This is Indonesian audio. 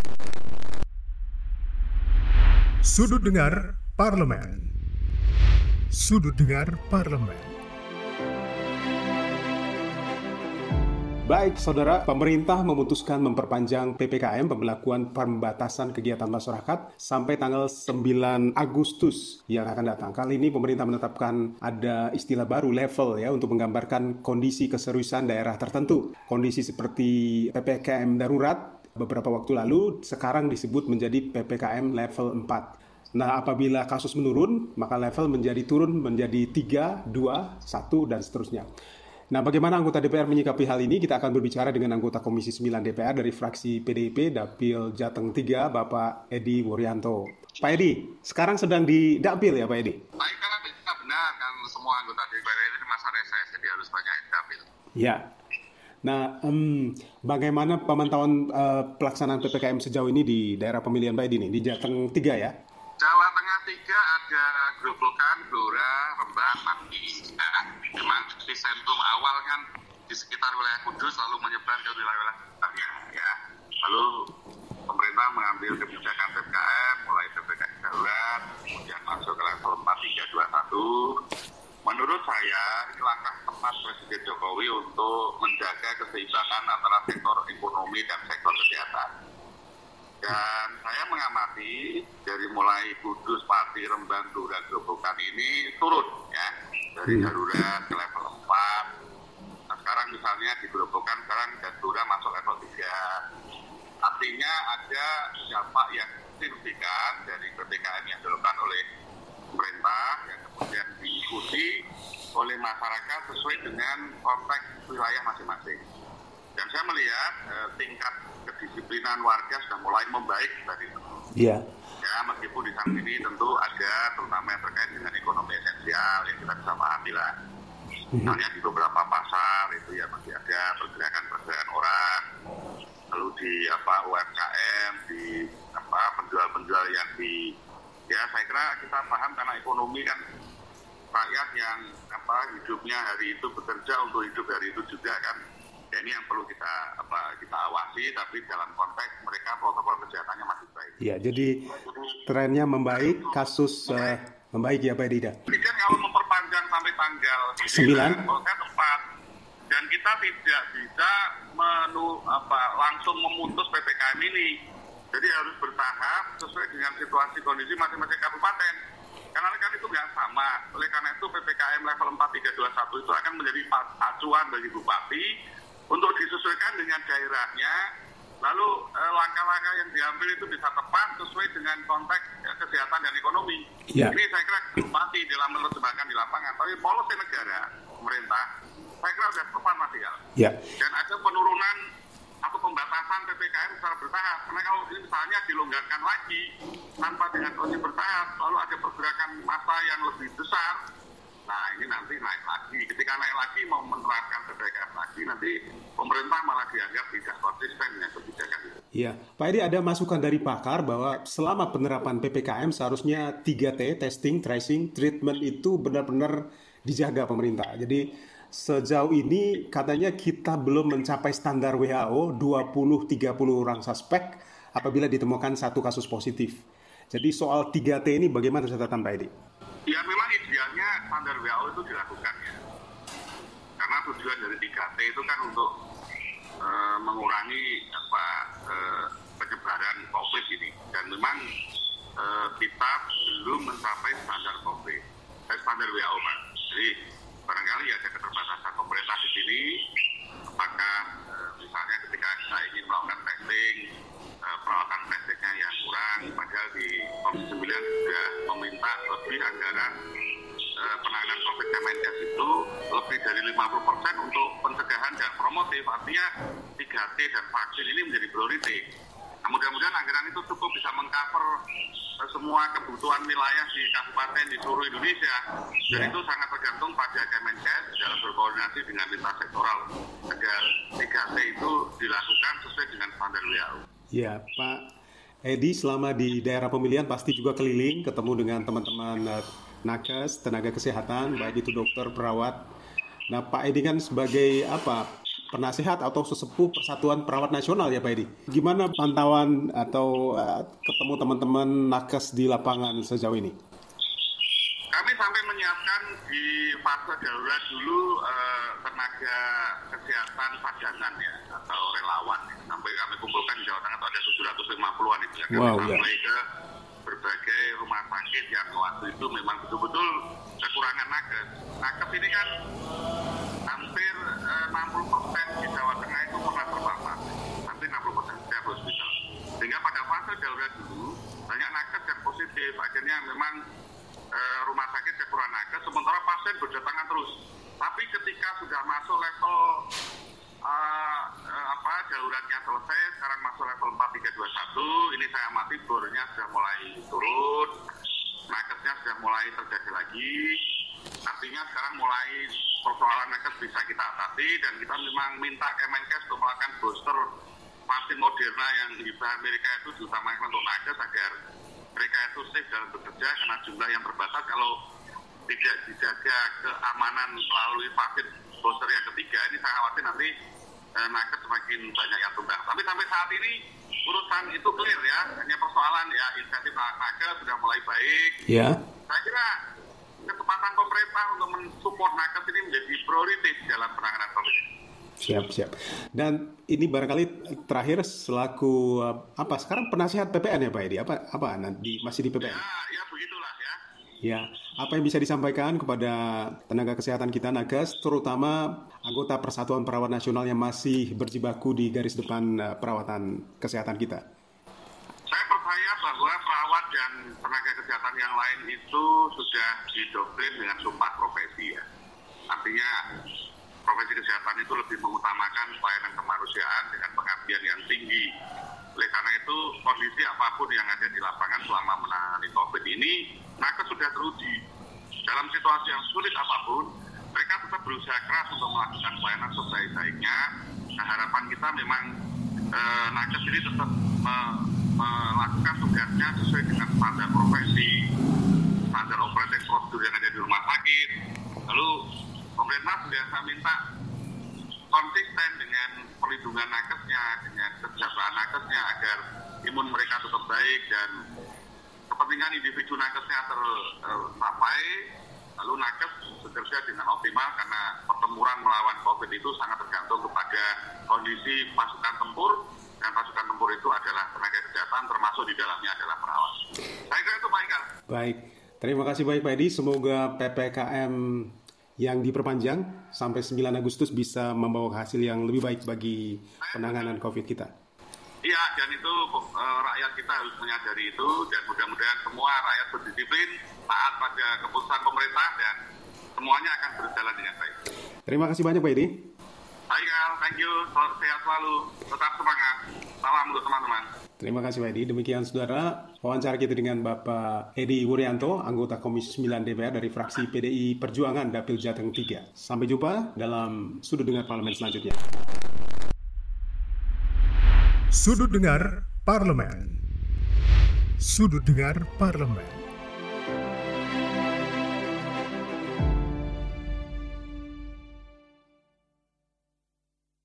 Sudut Dengar Parlemen. Sudut Dengar Parlemen. Baik, saudara, pemerintah memutuskan memperpanjang PPKM pemberlakuan pembatasan kegiatan masyarakat sampai tanggal 9 Agustus yang akan datang. Kali ini pemerintah menetapkan ada istilah baru level ya untuk menggambarkan kondisi keseriusan daerah tertentu. Kondisi seperti PPKM darurat beberapa waktu lalu sekarang disebut menjadi PPKM level 4. Nah, apabila kasus menurun, maka level menjadi turun menjadi 3, 2, 1, dan seterusnya. Nah, bagaimana anggota DPR menyikapi hal ini? Kita akan berbicara dengan anggota Komisi 9 DPR dari fraksi PDIP, Dapil Jateng 3, Bapak Edi Wuryanto. Pak Edi, sekarang sedang di Dapil ya Pak Edi? Baik, karena benar kan semua anggota DPR ini masa reses, jadi harus banyak di Dapil. Ya. Nah, bagaimana pemantauan pelaksanaan PPKM sejauh ini di daerah pemilihan Pak Edi nih, di Jateng 3 ya? Jawa Tengah 3 ada Grobogan, Blora, Rembang, Pati. Nah, memang di sentrum awal kan di sekitar wilayah Kudus lalu menyebar ke wilayah sekitarnya. Ya. Lalu pemerintah mengambil kebijakan PPKM, mulai PPKM darurat, kemudian masuk ke level 4, 3, 2, 1. Menurut saya, ini langkah tepat Presiden Jokowi untuk menjaga keseimbangan antara sektor ekonomi dan sektor kesehatan. Dan saya mengamati dari mulai Kudus, Pati, Rembang, Blora, Grobogan ini turun ya dari darurat ke level 4. Nah, sekarang misalnya di Grobogan sekarang dan Blora masuk level 3. Artinya ada dampak yang signifikan dari PPKM yang dilakukan oleh pemerintah yang kemudian diikuti oleh masyarakat sesuai dengan konteks wilayah masing-masing. Dan saya melihat tingkat kedisiplinan warga sudah mulai membaik tadi itu. Iya. Ya, meskipun di sana ini tentu ada terutama yang terkait dengan ekonomi esensial yang kita bisa pahami lah. Misalnya di beberapa pasar itu ya masih ada pergerakan orang. Lalu di UMKM, di penjual-penjual yang di saya kira kita paham karena ekonomi kan rakyat yang hidupnya hari itu bekerja untuk hidup hari itu juga kan. Ya, ini yang perlu kita awasi, tapi dalam konteks mereka protokol kesehatannya masih baik. Ya, jadi trennya membaik, kasus membaik ya Pak Edi. Jadi kan kalau memperpanjang sampai tanggal 9, saya tepat. Dan kita tidak bisa langsung memutus PPKM ini. Jadi harus bertahap sesuai dengan situasi kondisi masing-masing kabupaten. Karena kan itu nggak sama. Oleh karena itu PPKM level 4, 3, 2, 1 itu akan menjadi acuan bagi bupati untuk disesuaikan dengan daerahnya, lalu langkah-langkah yang diambil itu bisa tepat sesuai dengan konteks kesehatan dan ekonomi. Ya. Ini saya kira bupati dalam menerjemahkan di lapangan, tapi policy negara, pemerintah, saya kira sudah tepat Mas Iqbal. Ya. Dan ada penurunan atau pembatasan PPKM secara bertahap. Karena kalau ini misalnya dilonggarkan lagi tanpa dengan kondisi bertahap, lalu ada pergerakan massa yang lebih besar. Nah, ini nanti naik lagi. Ketika naik lagi mau menerapkan PPKM lagi, nanti pemerintah malah dianggap tidak konsisten dengan kebijakan itu. Iya, Pak Edi, ada masukan dari pakar bahwa selama penerapan PPKM seharusnya 3T, testing, tracing, treatment itu benar-benar dijaga pemerintah. Jadi sejauh ini katanya kita belum mencapai standar WHO 20-30 orang suspek apabila ditemukan satu kasus positif. Jadi soal 3T ini bagaimana catatan Pak Edi? Ya memang idealnya standar WHO itu dilakukan ya. Karena tujuan dari 3T itu kan untuk mengurangi penyebaran COVID ini. Dan memang kita belum mencapai standar COVID, standar WHO Pak. Jadi barangkali ada keterbatasan pemerintah di sini. Apakah misalnya ketika kita ingin melakukan testing, peralatan testingnya yang kurang, padahal di Komisi 9 sudah meminta lebih anggaran penanganan COVID Kemenkes itu lebih dari 50% untuk pencegahan dan promotif. Artinya 3T dan vaksin ini menjadi prioritas. Nah, mudah-mudahan anggaran itu cukup bisa mengcover semua kebutuhan wilayah di kabupaten di seluruh Indonesia. Dan itu sangat tergantung pada Kemenkes dalam berkoordinasi dengan lintas sektoral agar 3T itu dilakukan sesuai dengan standar WHO. Ya, Pak Edi, selama di daerah pemilihan pasti juga keliling, ketemu dengan teman-teman nakes, tenaga kesehatan, baik itu dokter, perawat. Nah, Pak Edi kan sebagai penasihat atau sesepuh Persatuan Perawat Nasional ya Pak Edi. Gimana pantauan atau ketemu teman-teman nakes di lapangan sejauh ini? Kami sampai menyiapkan di fase darurat dulu tenaga kesehatan padangan ya, atau relawan. Sampai kami kumpulkan di Jawa Tengah itu ada 750-an itu ya. Kami sampai ke berbagai rumah sakit yang waktu itu memang betul-betul kekurangan nakes. Nakes ini kan hampir 60% di Jawa Tengah itu pernah terpapar. Hampir 60% setiap hospital. Sehingga pada fase darurat dulu, banyak nakes yang positif. Akhirnya memang rumah sakit kekurangan nakes, sementara pasien berdatangan terus. Tapi ketika sudah masuk level daruratnya selesai, sekarang masuk level 4321, ini saya amati bornya sudah mulai turun, nakesnya sudah mulai terjaga lagi. Artinya sekarang mulai persoalan nakes bisa kita atasi, dan kita memang minta Kemenkes untuk melakukan booster vaksin Moderna yang di Amerika itu diutamakan untuk nakes agar mereka itu safe dalam bekerja, karena jumlah yang terbatas. Kalau tidak dijaga keamanan melalui vaksin booster yang ketiga, ini saya khawatir nanti nakes semakin banyak yang tumbang. Tapi sampai saat ini urusan itu clear ya, hanya persoalan ya insentif nakes sudah mulai baik. Ya. Saya kira kecepatan pemerintah untuk mensupport nakes ini menjadi prioritas dalam penanganan COVID. Siap. Dan ini barangkali terakhir selaku sekarang penasihat PPN ya Pak Edi? Apa nanti masih di PPN? Ya begitulah ya. Ya, apa yang bisa disampaikan kepada tenaga kesehatan kita nakes, terutama anggota Persatuan Perawat Nasional yang masih berjibaku di garis depan perawatan kesehatan kita? Saya percaya bahwa perawat dan tenaga kesehatan yang lain itu sudah didoktrin dengan sumpah profesi ya. Artinya profesi kesehatan itu lebih mengutamakan pelayanan kemanusiaan dengan pengabdian yang tinggi. Oleh karena itu, kondisi apapun yang ada di lapangan selama menangani COVID ini, nakes sudah teruji. Dalam situasi yang sulit apapun, mereka tetap berusaha keras untuk melakukan pelayanan sebaik-baiknya. Nah, harapan kita memang nakes ini tetap melakukan tugasnya sesuai dengan standar profesi, standar operating prosedur yang ada di rumah sakit. Lalu pemerintah sudah saya minta konsisten dengan perlindungan nakesnya, dengan kesejahteraan nakesnya agar imun mereka tetap baik dan kepentingan individu nakesnya tercapai. Lalu nakes bekerja dengan optimal karena pertempuran melawan COVID itu sangat tergantung kepada kondisi pasukan tempur, dan pasukan tempur itu adalah tenaga kesehatan, termasuk di dalamnya adalah perawat. Saya kira itu Pak Iqbal. Baik, terima kasih banyak Pak Edi. Semoga PPKM yang diperpanjang sampai 9 Agustus bisa membawa hasil yang lebih baik bagi penanganan COVID kita. Iya, dan itu rakyat kita harus menyadari itu, dan mudah-mudahan semua rakyat berdisiplin, taat pada keputusan pemerintah, dan semuanya akan berjalan dengan baik. Terima kasih banyak Pak Edi. Baik, thank you, sehat selalu, tetap semangat. Salam untuk teman-teman. Terima kasih Pak Edi. Demikian saudara, wawancara kita dengan Bapak Edi Wuryanto, anggota Komisi 9 DPR dari fraksi PDI Perjuangan Dapil Jateng 3. Sampai jumpa dalam Sudut Dengar Parlemen selanjutnya. Sudut Dengar Parlemen. Sudut Dengar Parlemen.